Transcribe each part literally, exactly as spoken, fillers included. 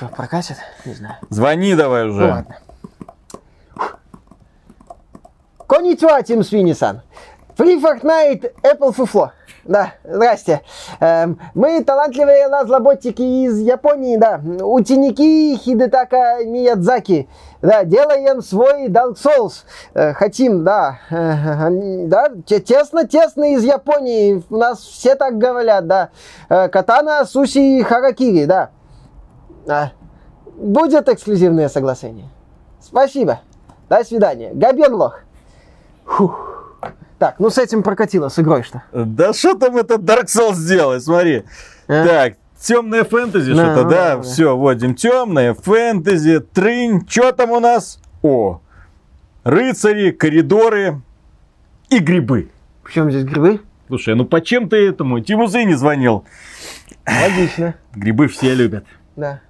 Что, прокатит? Не знаю. Звони давай уже. Ну ладно. Конничуа, Тим Свини-сан. Free Fortnite, Apple фуфло. Да, здрасте. Эм, мы талантливые разработчики из Японии, да. Ученики Хидетака Миядзаки. Да, делаем свой Dark Souls. Э, хотим, да. Э, да, тесно-тесно из Японии. У нас все так говорят, да. Э, катана, суши, харакири, да. А, будет эксклюзивное соглашение. Спасибо. До свидания. Габен лох. Фух. Так, ну с этим прокатило, с игрой что? Да что там этот Dark Souls делает, смотри. А? Так, темное фэнтези да, что-то, да? да. Все, вводим темное фэнтези, трынь. Что там у нас? О, рыцари, коридоры и грибы. Причем здесь грибы? Слушай, ну по чем ты этому Тимузы не звонил? Логично. Грибы все любят. Да.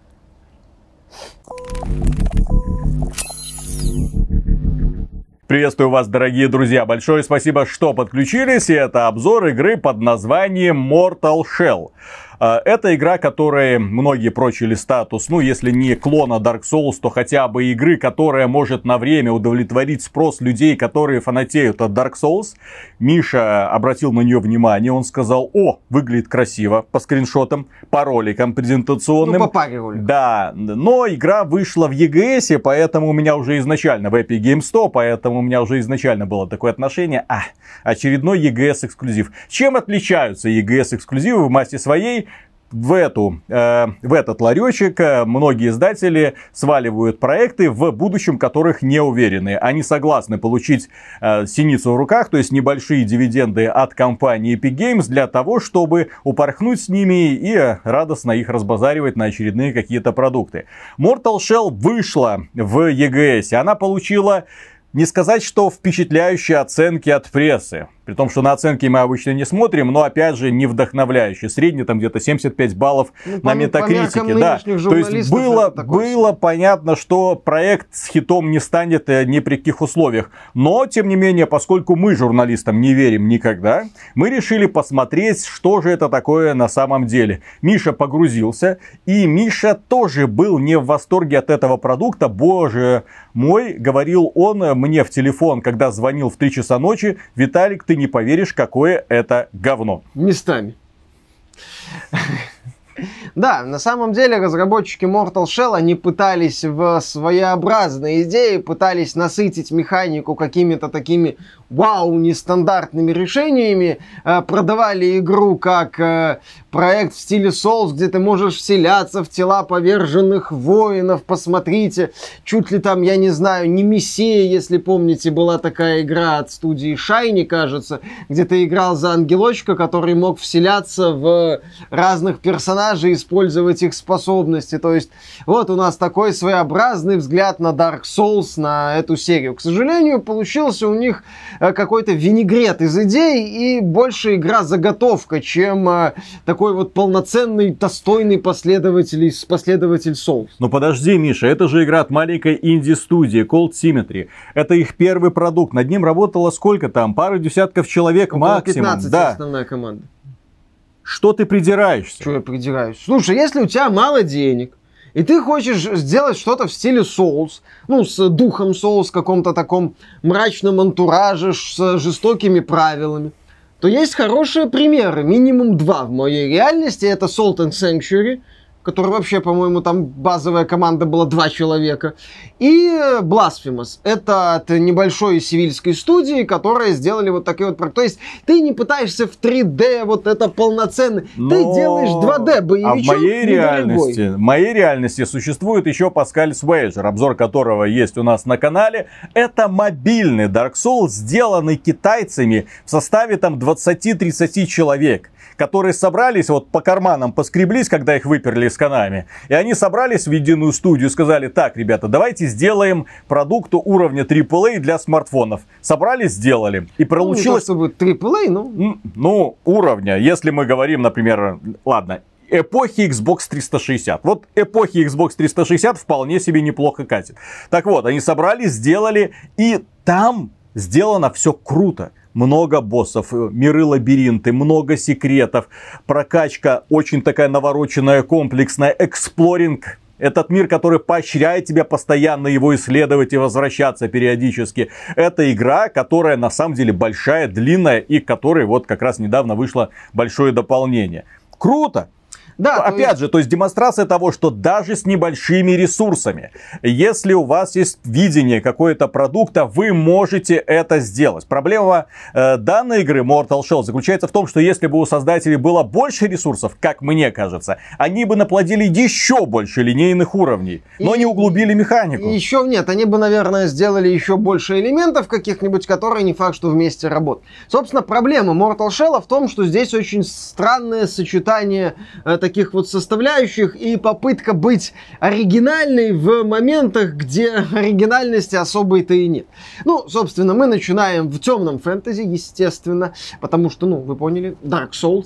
Приветствую вас, дорогие друзья. Большое спасибо, что подключились. И это обзор игры под названием Mortal Shell. Это игра, которой многие прочили статус, ну, если не клона Dark Souls, то хотя бы игры, которая может на время удовлетворить спрос людей, которые фанатеют от Dark Souls. Миша обратил на нее внимание, он сказал: о, выглядит красиво, по скриншотам, по роликам презентационным. Ну, по паре роликов. Да, но игра вышла в и джи эс, поэтому у меня уже изначально, в Epic Games Store, поэтому у меня уже изначально было такое отношение. А, очередной и джи эс эксклюзив. Чем отличаются и джи эс эксклюзивы в массе своей? В, эту, э, в этот ларечек э, многие издатели сваливают проекты, в будущем которых не уверены. Они согласны получить э, синицу в руках, то есть небольшие дивиденды от компании Epic Games, для того, чтобы упорхнуть с ними и э, радостно их разбазаривать на очередные какие-то продукты. Mortal Shell вышла в и джи эс. Она получила, не сказать, что впечатляющие оценки от прессы. При том, что на оценки мы обычно не смотрим, но опять же не вдохновляющие. Средний там где-то семьдесят пять баллов ну, на метакритике. Да. То есть было, было понятно, что проект с хитом не станет ни при каких условиях. Но, тем не менее, поскольку мы журналистам не верим никогда, мы решили посмотреть, что же это такое на самом деле. Миша погрузился, и Миша тоже был не в восторге от этого продукта. Боже мой, говорил он мне в телефон, когда звонил в три часа ночи: Виталик, ты не поверишь, какое это говно. Местами. Да, на самом деле разработчики Mortal Shell, они пытались в своеобразной идее, пытались насытить механику какими-то такими вау, нестандартными решениями, э, продавали игру как э, проект в стиле Souls, где ты можешь вселяться в тела поверженных воинов, посмотрите, чуть ли там, я не знаю, не Мессия, если помните, была такая игра от студии Shiny, кажется, где ты играл за ангелочка, который мог вселяться в разных персонажей, использовать их способности, то есть вот у нас такой своеобразный взгляд на Dark Souls, на эту серию. К сожалению, получился у них какой-то винегрет из идей и больше игра-заготовка, чем э, такой вот полноценный, достойный последователь, последователь Souls. Ну подожди, Миша, это же игра от маленькой инди-студии Cold Symmetry. Это их первый продукт. Над ним работало сколько там? Пару десятков человек около максимум. пятнадцать, да. Основная команда. Что ты придираешься? Что я придираюсь? Слушай, если у тебя мало денег, и ты хочешь сделать что-то в стиле Souls, ну, с духом Souls, в каком-то таком мрачном антураже, с жестокими правилами, то есть хорошие примеры, минимум два в моей реальности. Это Salt and Sanctuary, который вообще, по-моему, там базовая команда была два человека. И Blasphemous. Это от небольшой сивильской студии, которые сделали вот такие вот проекты. То есть ты не пытаешься в три дэ вот это полноценно. Но... Ты делаешь два дэ боевичок. А в моей реальности, в моей реальности существует еще Pascal Wager, обзор которого есть у нас на канале. Это мобильный Dark Souls, сделанный китайцами в составе там двадцать-тридцать человек, которые собрались, вот по карманам поскреблись, когда их выперли с Konami. И они собрались в единую студию и сказали: так, ребята, давайте сделаем продукт уровня трипл эй для смартфонов. Собрались, сделали. И получилось... Ну, не то, чтобы трипл эй, ну... Ну, уровня. Если мы говорим, например, ладно, эпохи Xbox триста шестьдесят. Вот эпохи Xbox триста шестьдесят вполне себе неплохо катит. Так вот, они собрались, сделали, и там сделано все круто. Много боссов, миры-лабиринты, много секретов, прокачка очень такая навороченная, комплексная, эксплоринг. Этот мир, который поощряет тебя постоянно его исследовать и возвращаться периодически. Это игра, которая на самом деле большая, длинная и к которой вот как раз недавно вышло большое дополнение. Круто! Да, опять есть... же, то есть демонстрация того, что даже с небольшими ресурсами, если у вас есть видение какого-то продукта, вы можете это сделать. Проблема э, данной игры Mortal Shell заключается в том, что если бы у создателей было больше ресурсов, как мне кажется, они бы наплодили еще больше линейных уровней, но и... не углубили механику. И еще нет, они бы, наверное, сделали еще больше элементов каких-нибудь, которые не факт, что вместе работают. Собственно, проблема Mortal Shell в том, что здесь очень странное сочетание э, таких вот составляющих и попытка быть оригинальной в моментах, где оригинальности особой-то и нет. Ну, собственно, мы начинаем в темном фэнтези, естественно, потому что, ну, вы поняли, Dark Souls.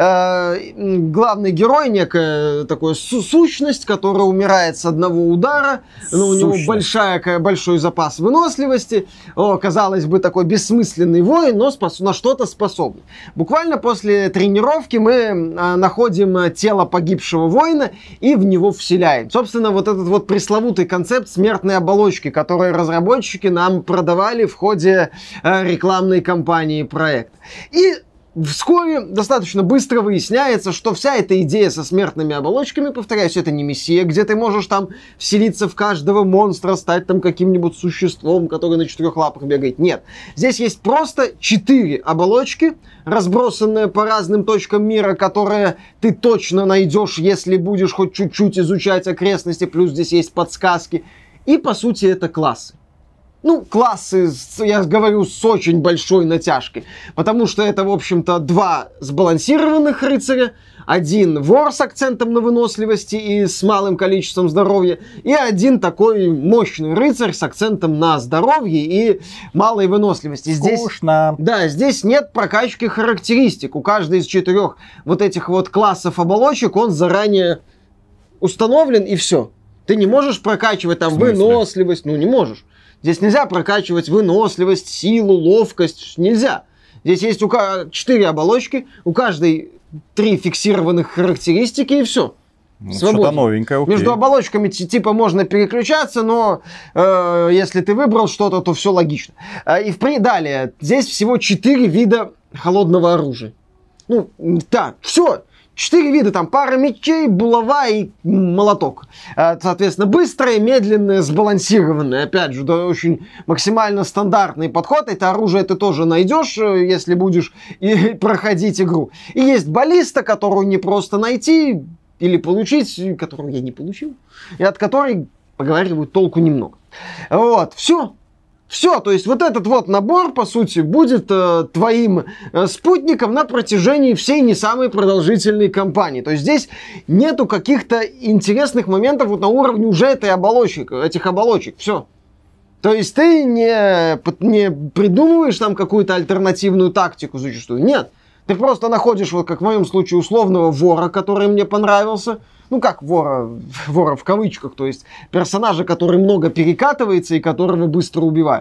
Э, главный герой, некая такая су- сущность, которая умирает с одного удара, но у него большая, большой запас выносливости. О, казалось бы, такой бессмысленный воин, но спос- на что-то способный. Буквально после тренировки мы э, находим тело погибшего воина и в него вселяем. Собственно, вот этот вот пресловутый концепт смертной оболочки, который разработчики нам продавали в ходе э, рекламной кампании проекта. И вскоре достаточно быстро выясняется, что вся эта идея со смертными оболочками, повторяюсь, это не мессия, где ты можешь там вселиться в каждого монстра, стать там каким-нибудь существом, который на четырех лапах бегает. Нет. Здесь есть просто четыре оболочки, разбросанные по разным точкам мира, которые ты точно найдешь, если будешь хоть чуть-чуть изучать окрестности, плюс здесь есть подсказки. И, по сути, это классы. Ну, классы, я говорю, с очень большой натяжкой. Потому что это, в общем-то, два сбалансированных рыцаря. Один вор с акцентом на выносливости и с малым количеством здоровья. И один такой мощный рыцарь с акцентом на здоровье и малой выносливости. Здесь, скучно. Да, здесь нет прокачки характеристик. У каждой из четырех вот этих вот классов оболочек он заранее установлен, и все. Ты не можешь прокачивать там выносливость. Ну, не можешь. Здесь нельзя прокачивать выносливость, силу, ловкость. Нельзя. Здесь есть у четыре оболочки, у каждой три фиксированных характеристики, и все. Ну, что-то новенькое, окей. Между оболочками типа можно переключаться, но э, если ты выбрал что-то, то все логично. Э, и в, далее, здесь всего четыре вида холодного оружия. Ну, да, все. Четыре вида, там пара мечей, булава и молоток. Соответственно, быстрое, медленное, сбалансированное. Опять же, да, очень максимально стандартный подход. Это оружие ты тоже найдешь, если будешь и проходить игру. И есть баллиста, которую не просто найти или получить, которую я не получил, и от которой, поговаривают, толку немного. Вот, все. Все, то есть вот этот вот набор, по сути, будет э, твоим э, спутником на протяжении всей не самой продолжительной кампании. То есть здесь нету каких-то интересных моментов вот на уровне уже этой оболочек, этих оболочек. Все. То есть ты не, не придумываешь там какую-то альтернативную тактику зачастую. Нет. Ты просто находишь, вот как в моем случае, условного вора, который мне понравился. Ну, как вора, вора в кавычках, то есть персонажа, который много перекатывается и которого быстро убивают.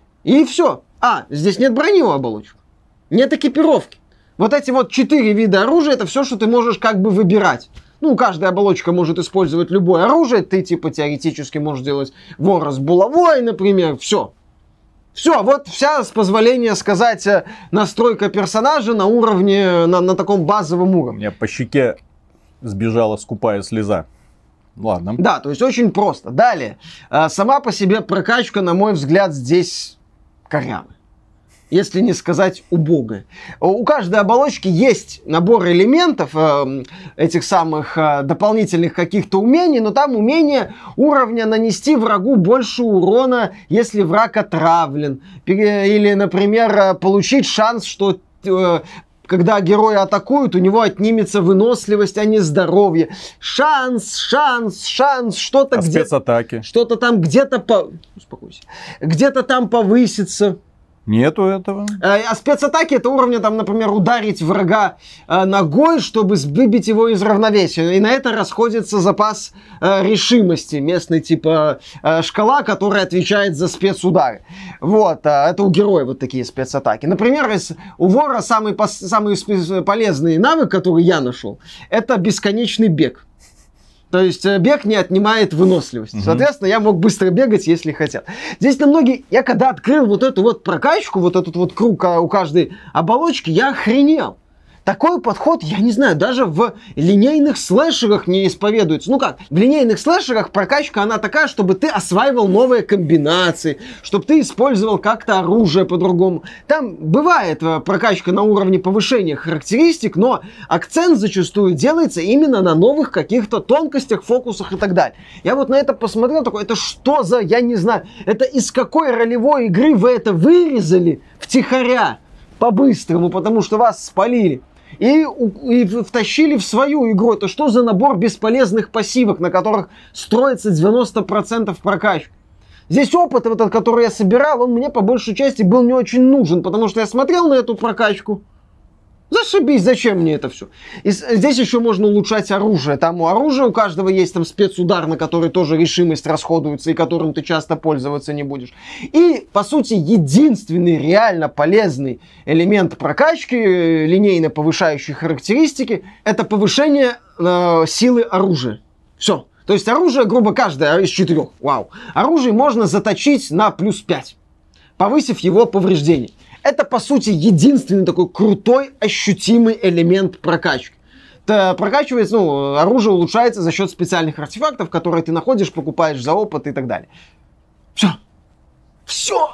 И все. А, здесь нет брони у оболочек. Нет экипировки. Вот эти вот четыре вида оружия, это все, что ты можешь как бы выбирать. Ну, каждая оболочка может использовать любое оружие. Ты, типа, теоретически можешь делать вора с булавой, например. Все. Все, вот вся, с позволения сказать, настройка персонажа на уровне, на, на таком базовом уровне. У меня по щеке сбежала скупая слеза. Ладно. Да, то есть очень просто. Далее. Сама по себе прокачка, на мой взгляд, здесь корявая. Если не сказать убогая. У каждой оболочки есть набор элементов, этих самых дополнительных каких-то умений, но там умение уровня нанести врагу больше урона, если враг отравлен. Или, например, получить шанс, что когда герои атакуют, у него отнимется выносливость, а не здоровье. Шанс, шанс, шанс, что-то а где... спецатаки? Что-то там где-то по... Успокойся. Где-то там повысится. Нету этого. А спецатаки это уровня, там, например, ударить врага э, ногой, чтобы выбить его из равновесия. И на это расходится запас э, решимости. Местный типа э, шкала, которая отвечает за спецудары. Вот. Э, это у героя вот такие спецатаки. Например, из, у вора самый, пос, самый полезный навык, который я нашел, это бесконечный бег. То есть бег не отнимает выносливость. Угу. Соответственно, я мог быстро бегать, если хотел. Здесь на многие... Я когда открыл вот эту вот прокачку, вот этот вот круг у каждой оболочки, я охренел. Такой подход, я не знаю, даже в линейных слэшерах не исповедуется. Ну как, в линейных слэшерах прокачка, она такая, чтобы ты осваивал новые комбинации, чтобы ты использовал как-то оружие по-другому. Там бывает прокачка на уровне повышения характеристик, но акцент зачастую делается именно на новых каких-то тонкостях, фокусах и так далее. Я вот на это посмотрел, такой, это что за, я не знаю, это из какой ролевой игры вы это вырезали втихаря, по-быстрому, потому что вас спалили. И, и втащили в свою игру. Это что за набор бесполезных пассивок, на которых строится девяносто процентов прокачки? Здесь опыт, вот, который я собирал, он мне по большей части был не очень нужен, потому что я смотрел на эту прокачку. Зашибись, зачем мне это все? И здесь еще можно улучшать оружие. Там у оружия у каждого есть там спецудар, на который тоже решимость расходуется, и которым ты часто пользоваться не будешь. И, по сути, единственный реально полезный элемент прокачки, линейно повышающий характеристики, это повышение э, силы оружия. Все. То есть оружие, грубо, каждое из четырех. Вау. Оружие можно заточить на плюс пять, повысив его повреждение. Это, по сути, единственный такой крутой, ощутимый элемент прокачки. Это прокачивается, ну, оружие улучшается за счет специальных артефактов, которые ты находишь, покупаешь за опыт и так далее. Все. Все.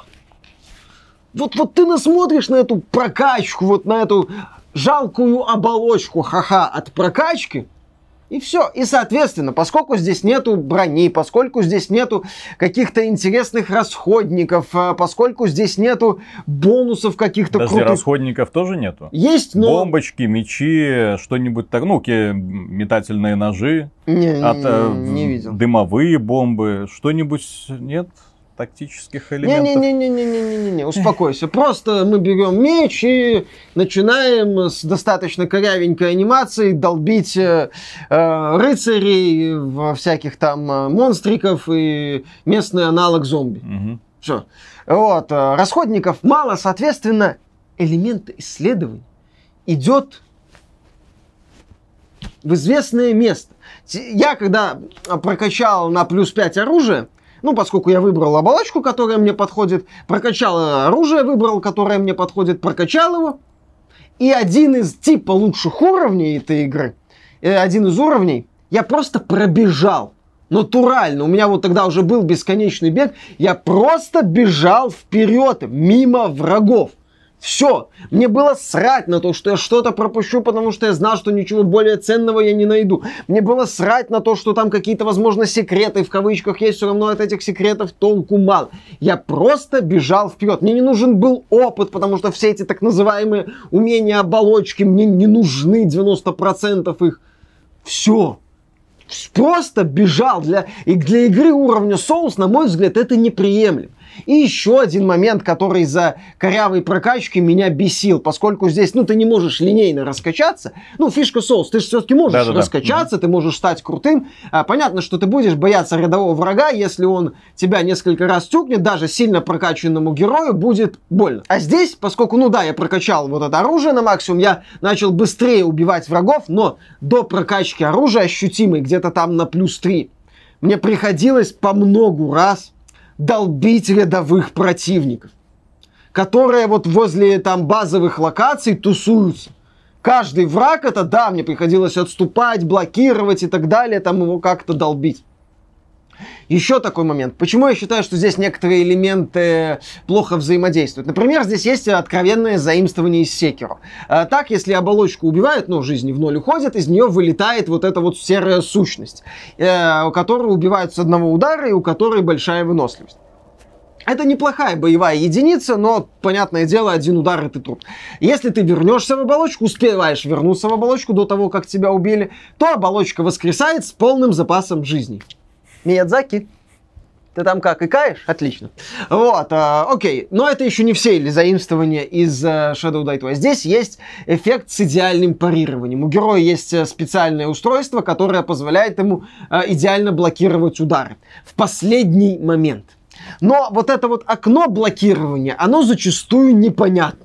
Вот, вот ты насмотришь на эту прокачку, вот на эту жалкую оболочку, ха-ха, от прокачки, и все. И, соответственно, поскольку здесь нету брони, поскольку здесь нету каких-то интересных расходников, поскольку здесь нету бонусов каких-то Даже крутых... расходников тоже нету? Есть, но... Бомбочки, мечи, что-нибудь так, ну, метательные ножи, не, от, не, не видел. Дымовые бомбы, что-нибудь нет? Тактических элементов. Не-не-не-не-не-не-не-не, успокойся. Просто мы берем меч и начинаем с достаточно корявенькой анимацией долбить э, рыцарей, во всяких там монстриков и местный аналог зомби. Угу. Все. Вот. Расходников мало, соответственно, элемент исследований идет в известное место. Я когда прокачал на плюс пять оружие, ну, поскольку я выбрал оболочку, которая мне подходит, прокачал оружие, выбрал, которое мне подходит, прокачал его. И один из типа лучших уровней этой игры, один из уровней, я просто пробежал. Натурально. У меня вот тогда уже был бесконечный бег. Я просто бежал вперед, мимо врагов. Все. Мне было срать на то, что я что-то пропущу, потому что я знал, что ничего более ценного я не найду. Мне было срать на то, что там какие-то, возможно, секреты в кавычках есть. Все равно от этих секретов толку мало. Я просто бежал вперед. Мне не нужен был опыт, потому что все эти так называемые умения оболочки мне не нужны, девяносто процентов их. Все. Просто бежал. Для, и для игры уровня Souls, на мой взгляд, это неприемлемо. И еще один момент, который из-за корявой прокачки меня бесил, поскольку здесь, ну, ты не можешь линейно раскачаться. Ну, фишка Souls, ты же все-таки можешь Да-да-да. раскачаться, mm-hmm. ты можешь стать крутым. А, понятно, что ты будешь бояться рядового врага, если он тебя несколько раз тюкнет, даже сильно прокачанному герою будет больно. А здесь, поскольку, ну да, я прокачал вот это оружие на максимум, я начал быстрее убивать врагов, но до прокачки оружия ощутимой, где-то там на плюс три, мне приходилось по многу раз долбить рядовых противников, которые вот возле там базовых локаций тусуются. Каждый враг это, да, мне приходилось отступать, блокировать и так далее, там его как-то долбить. Еще такой момент. Почему я считаю, что здесь некоторые элементы плохо взаимодействуют? Например, здесь есть откровенное заимствование из Sekiro. Так, если оболочку убивают, но жизни в ноль уходят, из нее вылетает вот эта вот серая сущность, у которой убивают с одного удара и у которой большая выносливость. Это неплохая боевая единица, но, понятное дело, один удар и ты труп. Если ты вернешься в оболочку, успеваешь вернуться в оболочку до того, как тебя убили, то оболочка воскресает с полным запасом жизни. Миядзаки, ты там как, икаешь? Отлично. Вот, э, окей. Но это еще не все или заимствования из э, Shadow Die Twice. Здесь есть эффект с идеальным парированием. У героя есть специальное устройство, которое позволяет ему э, идеально блокировать удары в последний момент. Но вот это вот окно блокирования, оно зачастую непонятно.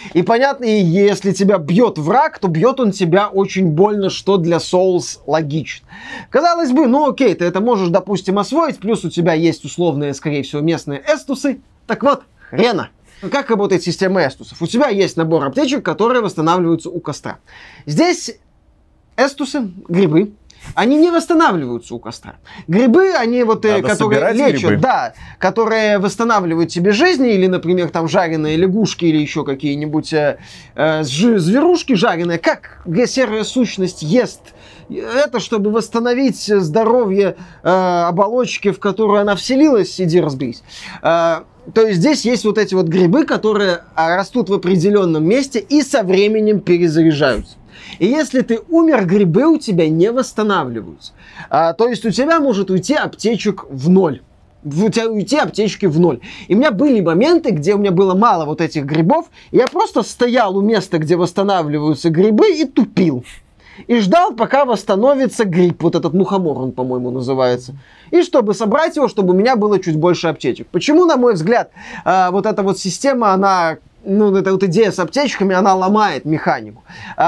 И понятно, и если тебя бьет враг, то бьет он тебя очень больно, что для Souls логично. Казалось бы, ну окей, ты это можешь, допустим, освоить, плюс у тебя есть условные, скорее всего, местные эстусы. Так вот, хрена. Как работает система эстусов? У тебя есть набор аптечек, которые восстанавливаются у костра. Здесь эстусы, грибы, они не восстанавливаются у костра. Грибы, они вот, э, которые лечат, грибы. Да, которые восстанавливают тебе жизни, или, например, там жареные лягушки, или еще какие-нибудь э, э, зверушки жареные, как серая сущность ест это, чтобы восстановить здоровье э, оболочки, в которую она вселилась, иди разберись. Э, то есть здесь есть вот эти вот грибы, которые растут в определенном месте и со временем перезаряжаются. И если ты умер, грибы у тебя не восстанавливаются. А, то есть у тебя может уйти аптечек в ноль. У тебя уйти аптечки в ноль. И у меня были моменты, где у меня было мало вот этих грибов. И я просто стоял у места, где восстанавливаются грибы, и тупил. И ждал, пока восстановится гриб. Вот этот мухомор, он, по-моему, называется. И чтобы собрать его, чтобы у меня было чуть больше аптечек. Почему, на мой взгляд, вот эта вот система, она... Ну, эта вот идея с аптечками, она ломает механику.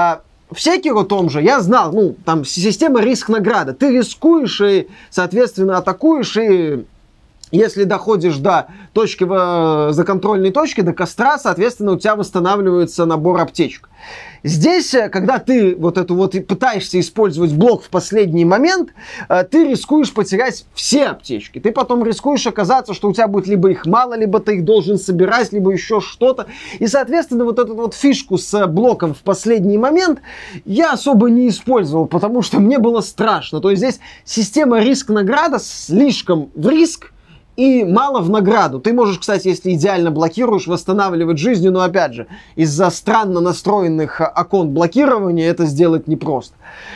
В Секиро том же я знал, ну, там система риск-награда. Ты рискуешь и, соответственно, атакуешь, и если доходишь до точки, до контрольной точки, до костра, соответственно, у тебя восстанавливается набор аптечек. Здесь, когда ты вот эту вот пытаешься использовать блок в последний момент, ты рискуешь потерять все аптечки. Ты потом рискуешь оказаться, что у тебя будет либо их мало, либо ты их должен собирать, либо еще что-то. И, соответственно, вот эту вот фишку с блоком в последний момент я особо не использовал, потому что мне было страшно. То есть здесь система риск-награда слишком в риск, и мало в награду. Ты можешь, кстати, если идеально блокируешь, восстанавливать жизнь, но опять же, из-за странно настроенных окон блокирования это сделать непросто.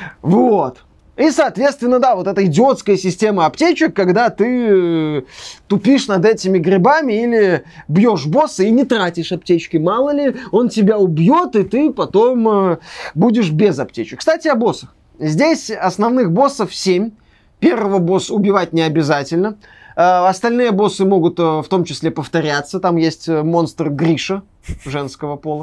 Вот. И, соответственно, да, вот эта идиотская система аптечек, когда ты тупишь над этими грибами или бьешь босса и не тратишь аптечки. Мало ли, он тебя убьет, и ты потом будешь без аптечек. Кстати, о боссах. Здесь основных боссов семь. Первого босса убивать не обязательно. Остальные боссы могут в том числе повторяться. Там есть монстр Гриша женского пола.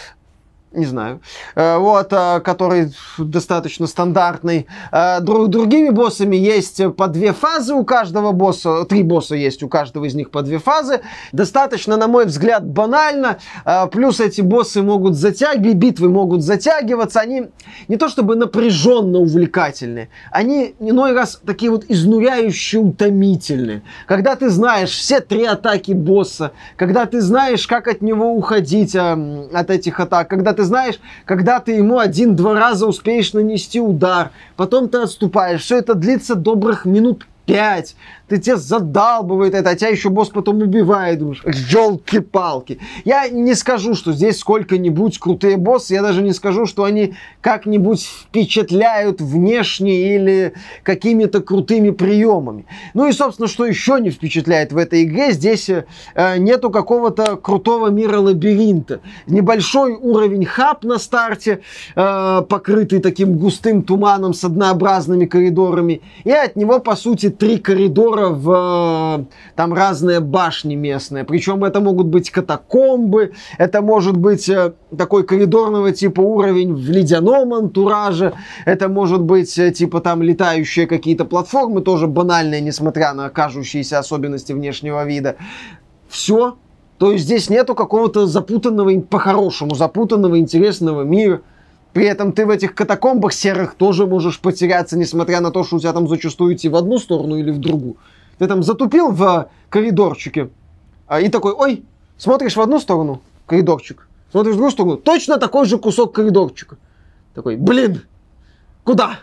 Не знаю. Вот, который достаточно стандартный. Друг, другими боссами есть по две фазы у каждого босса. Три босса есть у каждого из них по две фазы. Достаточно, на мой взгляд, банально. Плюс эти боссы могут затягивать, битвы могут затягиваться. Они не то чтобы напряженно увлекательные. Они иной раз такие вот изнуряющие, утомительные. Когда ты знаешь все три атаки босса. Когда ты знаешь, как от него уходить от этих атак. Когда ты Ты знаешь, когда ты ему один-два раза успеешь нанести удар, потом ты отступаешь, все это длится добрых минут пять, ты тебя задалбывает это, а тебя еще босс потом убивает, думаешь, елки-палки. Я не скажу, что здесь сколько-нибудь крутые боссы, я даже не скажу, что они как-нибудь впечатляют внешне или какими-то крутыми приемами. Ну и, собственно, что еще не впечатляет в этой игре, здесь э, нету какого-то крутого мира лабиринта. Небольшой уровень хаб на старте, э, покрытый таким густым туманом с однообразными коридорами, и от него, по сути, три коридора в там разные башни местные. Причем это могут быть катакомбы, это может быть э, такой коридорного типа уровень в ледяном антураже, это может быть э, типа там летающие какие-то платформы, тоже банальные, несмотря на кажущиеся особенности внешнего вида. Все. То есть здесь нету какого-то запутанного, по-хорошему запутанного, интересного мира. При этом ты в этих катакомбах серых тоже можешь потеряться, несмотря на то, что у тебя там зачастую идти в одну сторону или в другую. Ты там затупил в коридорчике и такой, ой, смотришь в одну сторону, коридорчик, смотришь в другую сторону, точно такой же кусок коридорчика. Такой, блин, куда?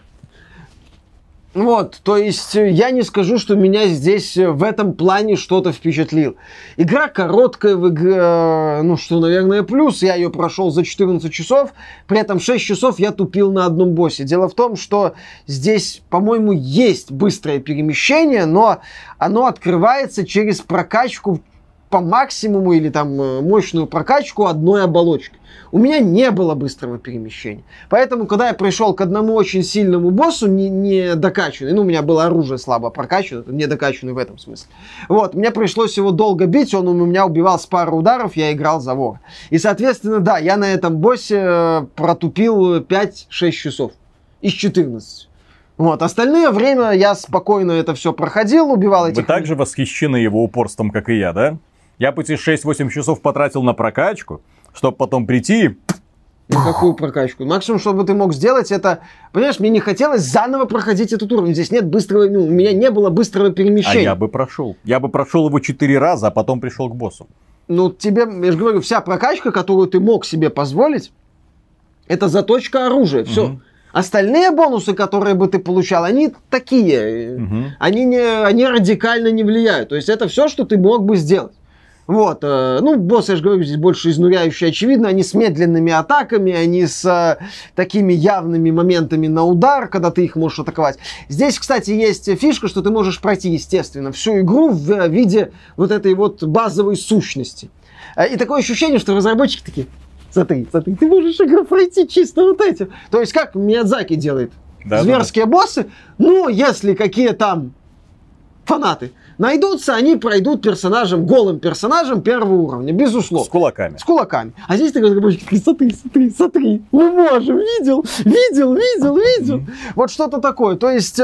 Вот, то есть я не скажу, что меня здесь в этом плане что-то впечатлило. Игра короткая, в игре, ну что, наверное, плюс. Я ее прошел за четырнадцать часов, при этом шесть часов я тупил на одном боссе. Дело в том, что здесь, по-моему, есть быстрое перемещение, но оно открывается через прокачку по максимуму или там мощную прокачку одной оболочки. У меня не было быстрого перемещения. Поэтому, когда я пришел к одному очень сильному боссу, не, не докачанный, ну, у меня было оружие слабо прокачано, не докачанный в этом смысле. Вот, мне пришлось его долго бить, он у меня убивал с пары ударов, я играл за вора. И, соответственно, да, я на этом боссе протупил пять-шесть часов из четырнадцати. Вот, остальное время я спокойно это все проходил, убивал этих... Вы также восхищены его упорством, как и я, да? Я бы эти шесть-восемь часов потратил на прокачку, чтобы потом прийти... На какую прокачку? Максимум, что бы ты мог сделать, это... Понимаешь, мне не хотелось заново проходить этот уровень. Здесь нет быстрого... Ну, у меня не было быстрого перемещения. А я бы прошел. Я бы прошел его четыре раза, а потом пришел к боссу. Ну, тебе, я же говорю, вся прокачка, которую ты мог себе позволить, это заточка оружия. Все. Угу. Остальные бонусы, которые бы ты получал, они такие. Угу. Они, не, они радикально не влияют. То есть, это все, что ты мог бы сделать. Вот, э, ну, боссы, я же говорю, здесь больше изнуряющие, очевидно, они с медленными атаками, они с э, такими явными моментами на удар, когда ты их можешь атаковать. Здесь, кстати, есть фишка, что ты можешь пройти, естественно, всю игру в виде вот этой вот базовой сущности. И такое ощущение, что разработчики такие, смотри, смотри, ты можешь игру пройти чисто вот этим. То есть, как Миядзаки делает, да, зверские да, да. боссы, ну, если какие там фанаты найдутся, они пройдут персонажем, голым персонажем первого уровня, безусловно. С кулаками. С кулаками. А здесь ты разработчик такой, смотри, смотри, смотри, мы можем, видел, видел, видел, видел. Mm-hmm. Вот что-то такое. То есть,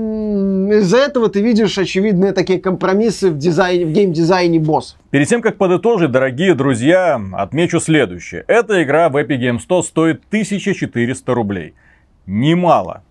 э, из-за этого ты видишь очевидные такие компромиссы в дизайне, в геймдизайне босс. Перед тем, как подытожить, дорогие друзья, отмечу следующее. Эта игра в Epic Games Store стоит тысяча четыреста рублей. Немало.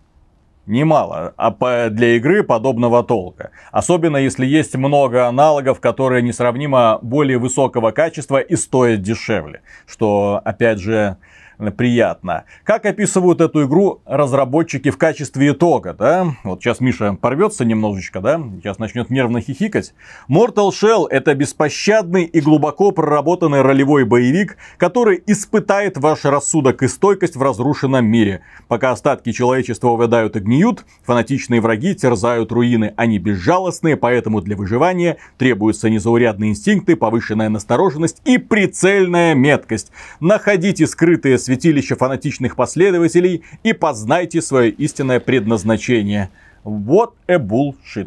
Немало а для игры подобного толка. Особенно если есть много аналогов, которые несравнимо более высокого качества и стоят дешевле. Что, опять же, приятно. Как описывают эту игру разработчики в качестве итога, да? Вот сейчас Миша порвется немножечко, да? Сейчас начнет нервно хихикать. Mortal Shell — это беспощадный и глубоко проработанный ролевой боевик, который испытает ваш рассудок и стойкость в разрушенном мире. Пока остатки человечества увядают и гниют, фанатичные враги терзают руины. Они безжалостные, поэтому для выживания требуются незаурядные инстинкты, повышенная настороженность и прицельная меткость. Находите скрытые святилище фанатичных последователей и познайте свое истинное предназначение. Вот a bullshit.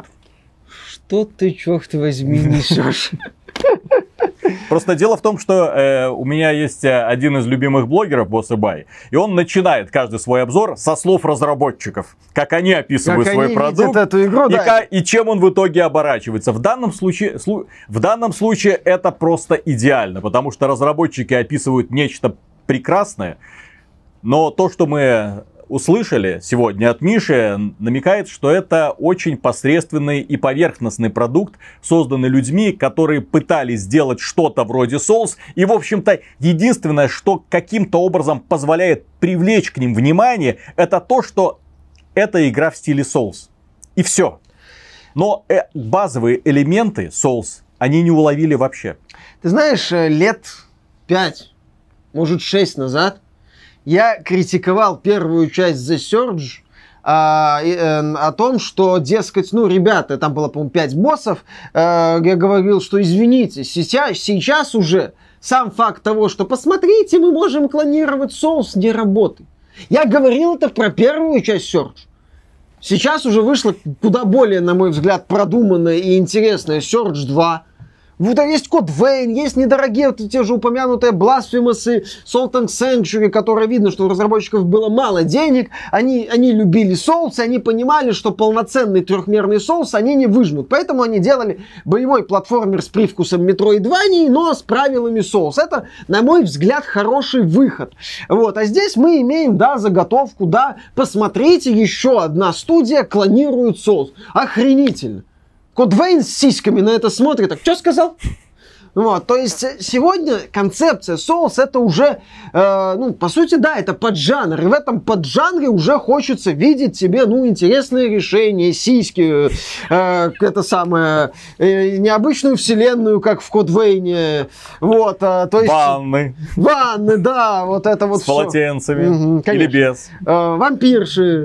Что ты, черт возьми, несешь? Просто дело в том, что э, у меня есть один из любимых блогеров, Bossy, и он начинает каждый свой обзор со слов разработчиков. Как они описывают как свой они продукт эту игру, и, да. и чем он в итоге оборачивается. В данном, случае, слу, в данном случае это просто идеально, потому что разработчики описывают нечто прекрасное, но то, что мы услышали сегодня от Миши, намекает, что это очень посредственный и поверхностный продукт, созданный людьми, которые пытались сделать что-то вроде Souls, и, в общем-то, единственное, что каким-то образом позволяет привлечь к ним внимание, это то, что это игра в стиле Souls. И все. Но э, базовые элементы Souls они не уловили вообще. Ты знаешь, лет пять, может шесть назад, я критиковал первую часть The Surge а, и, э, о том, что, дескать, ну, ребята, там было, по-моему, пять боссов, э, я говорил, что, извините, сейчас, сейчас уже сам факт того, что, посмотрите, мы можем клонировать Souls, не работает. Я говорил это про первую часть Surge. Сейчас уже вышла куда более, на мой взгляд, продуманная и интересная Surge два. Вот есть Code Vein, есть недорогие вот те же упомянутые Blasphemous и Salt and Sanctuary, которые видно, что у разработчиков было мало денег, они, они любили Souls, и они понимали, что полноценный трехмерный Souls они не выжмут. Поэтому они делали боевой платформер с привкусом Metroidvania, но с правилами Souls. Это, на мой взгляд, хороший выход. Вот. А здесь мы имеем, да, заготовку, да, посмотрите, еще одна студия клонирует Souls. Охренительно. Code Vein с сиськами на это смотрит, так, что сказал? Вот, то есть сегодня концепция Souls это уже, э, ну, по сути, да, это поджанр. И в этом поджанре уже хочется видеть себе, ну, интересные решения, сиськи, э, это самое, э, необычную вселенную, как в Code Vein. Вот, э, то есть... Ванны. Ванны, да, вот это вот с все. Полотенцами. Угу, или без. Э, вампирши.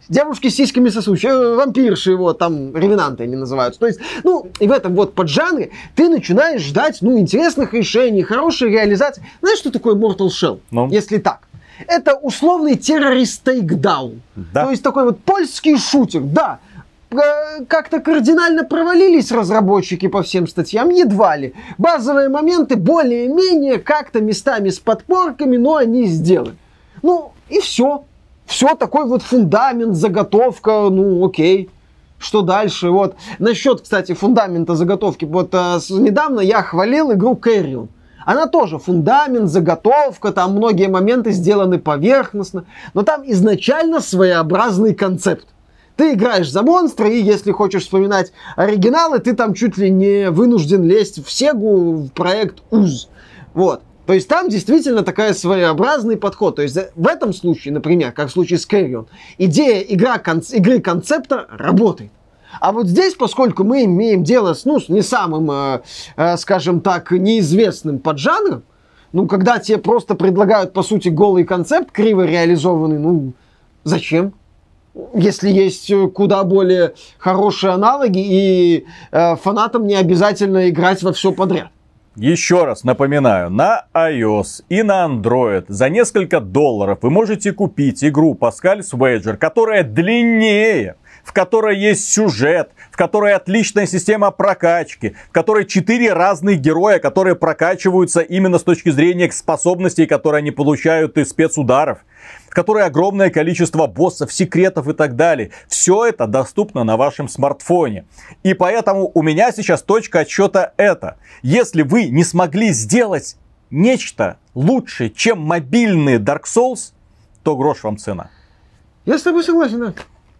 девушки с сиськами сосущие, вампирши, вот, там, ревенанты они называются. То есть, ну, и в этом вот поджанре ты начинаешь ждать, ну, интересных решений, хорошей реализации. Знаешь, что такое Mortal Shell? Ну? Если так. Это условный террорист тейкдаун. Да. То есть, такой вот польский шутер, да. Как-то кардинально провалились разработчики по всем статьям, едва ли. Базовые моменты более-менее как-то местами с подпорками, но они сделаны. Ну, и все. Все, такой вот фундамент, заготовка, ну, окей. Что дальше? Вот. Насчет, кстати, фундамента заготовки. Вот а, с, недавно я хвалил игру Carrion. Она тоже фундамент, заготовка, там многие моменты сделаны поверхностно. Но там изначально своеобразный концепт. Ты играешь за монстра, и если хочешь вспоминать оригиналы, ты там чуть ли не вынужден лезть в Сегу, в проект УЗ. Вот. То есть там действительно такая своеобразный подход. То есть в этом случае, например, как в случае с Carrion, идея игра, конц, игры концепта работает. А вот здесь, поскольку мы имеем дело с, ну, с не самым, э, э, скажем так, неизвестным поджанром, ну, когда тебе просто предлагают, по сути, голый концепт, криво реализованный, ну, зачем? Если есть куда более хорошие аналоги, и э, фанатам не обязательно играть во все подряд. Еще раз напоминаю, на iOS и на Android за несколько долларов вы можете купить игру Pascal's Wager, которая длиннее, в которой есть сюжет, в которой отличная система прокачки, в которой четыре разных героя, которые прокачиваются именно с точки зрения способностей, которые они получают из спецударов, в которой огромное количество боссов, секретов и так далее. Все это доступно на вашем смартфоне. И поэтому у меня сейчас точка отсчета это. Если вы не смогли сделать нечто лучше, чем мобильный Dark Souls, то грош вам цена. Я с тобой согласен, да.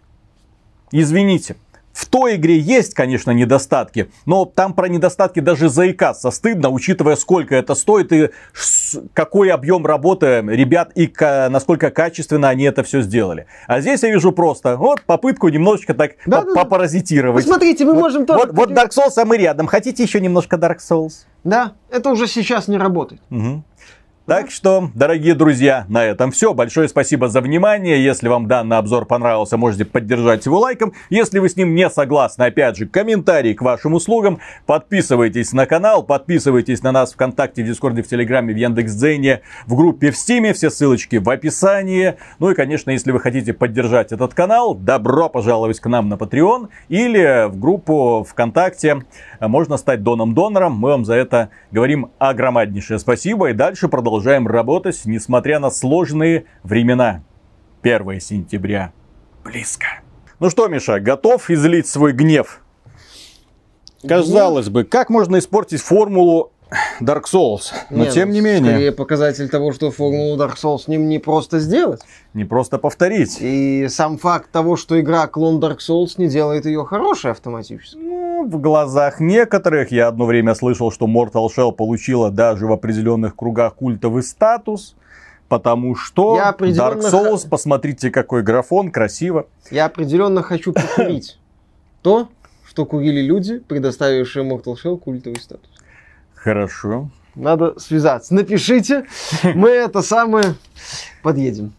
Извините. В той игре есть, конечно, недостатки, но там про недостатки даже заикаться стыдно, учитывая, сколько это стоит и какой объем работы ребят и насколько качественно они это все сделали. А здесь я вижу просто вот попытку немножечко так да, по- да, попаразитировать. Посмотрите, мы вот, можем тоже... Вот, вот Dark Souls, а мы рядом. Хотите еще немножко Dark Souls? Да, это уже сейчас не работает. Угу. Так что, дорогие друзья, на этом все. Большое спасибо за внимание. Если вам данный обзор понравился, можете поддержать его лайком. Если вы с ним не согласны, опять же, комментарий к вашим услугам. Подписывайтесь на канал, подписывайтесь на нас ВКонтакте, в Дискорде, в Телеграме, в Яндекс.Дзене, в группе в Стиме. Все ссылочки в описании. Ну и, конечно, если вы хотите поддержать этот канал, добро пожаловать к нам на Patreon или в группу ВКонтакте. Можно стать доном-донором. Мы вам за это говорим огромнейшее спасибо. И дальше продолжаем. Продолжаем работать, несмотря на сложные времена. первое сентября близко. Ну что, Миша, готов излить свой гнев? Казалось бы, как можно испортить формулу Dark Souls? Но Нет, тем не менее. Скорее показатель того, что формулу Dark Souls с ним не просто сделать. Не просто повторить. И сам факт того, что игра клон Dark Souls, не делает ее хорошей автоматически. Ну, в глазах некоторых я одно время слышал, что Mortal Shell получила даже в определенных кругах культовый статус. Потому что я определенно... Dark Souls, посмотрите, какой графон, красиво. Я определенно хочу покурить то, что курили люди, предоставившие Mortal Shell культовый статус. Хорошо. Надо связаться. Напишите, мы это самое подъедем.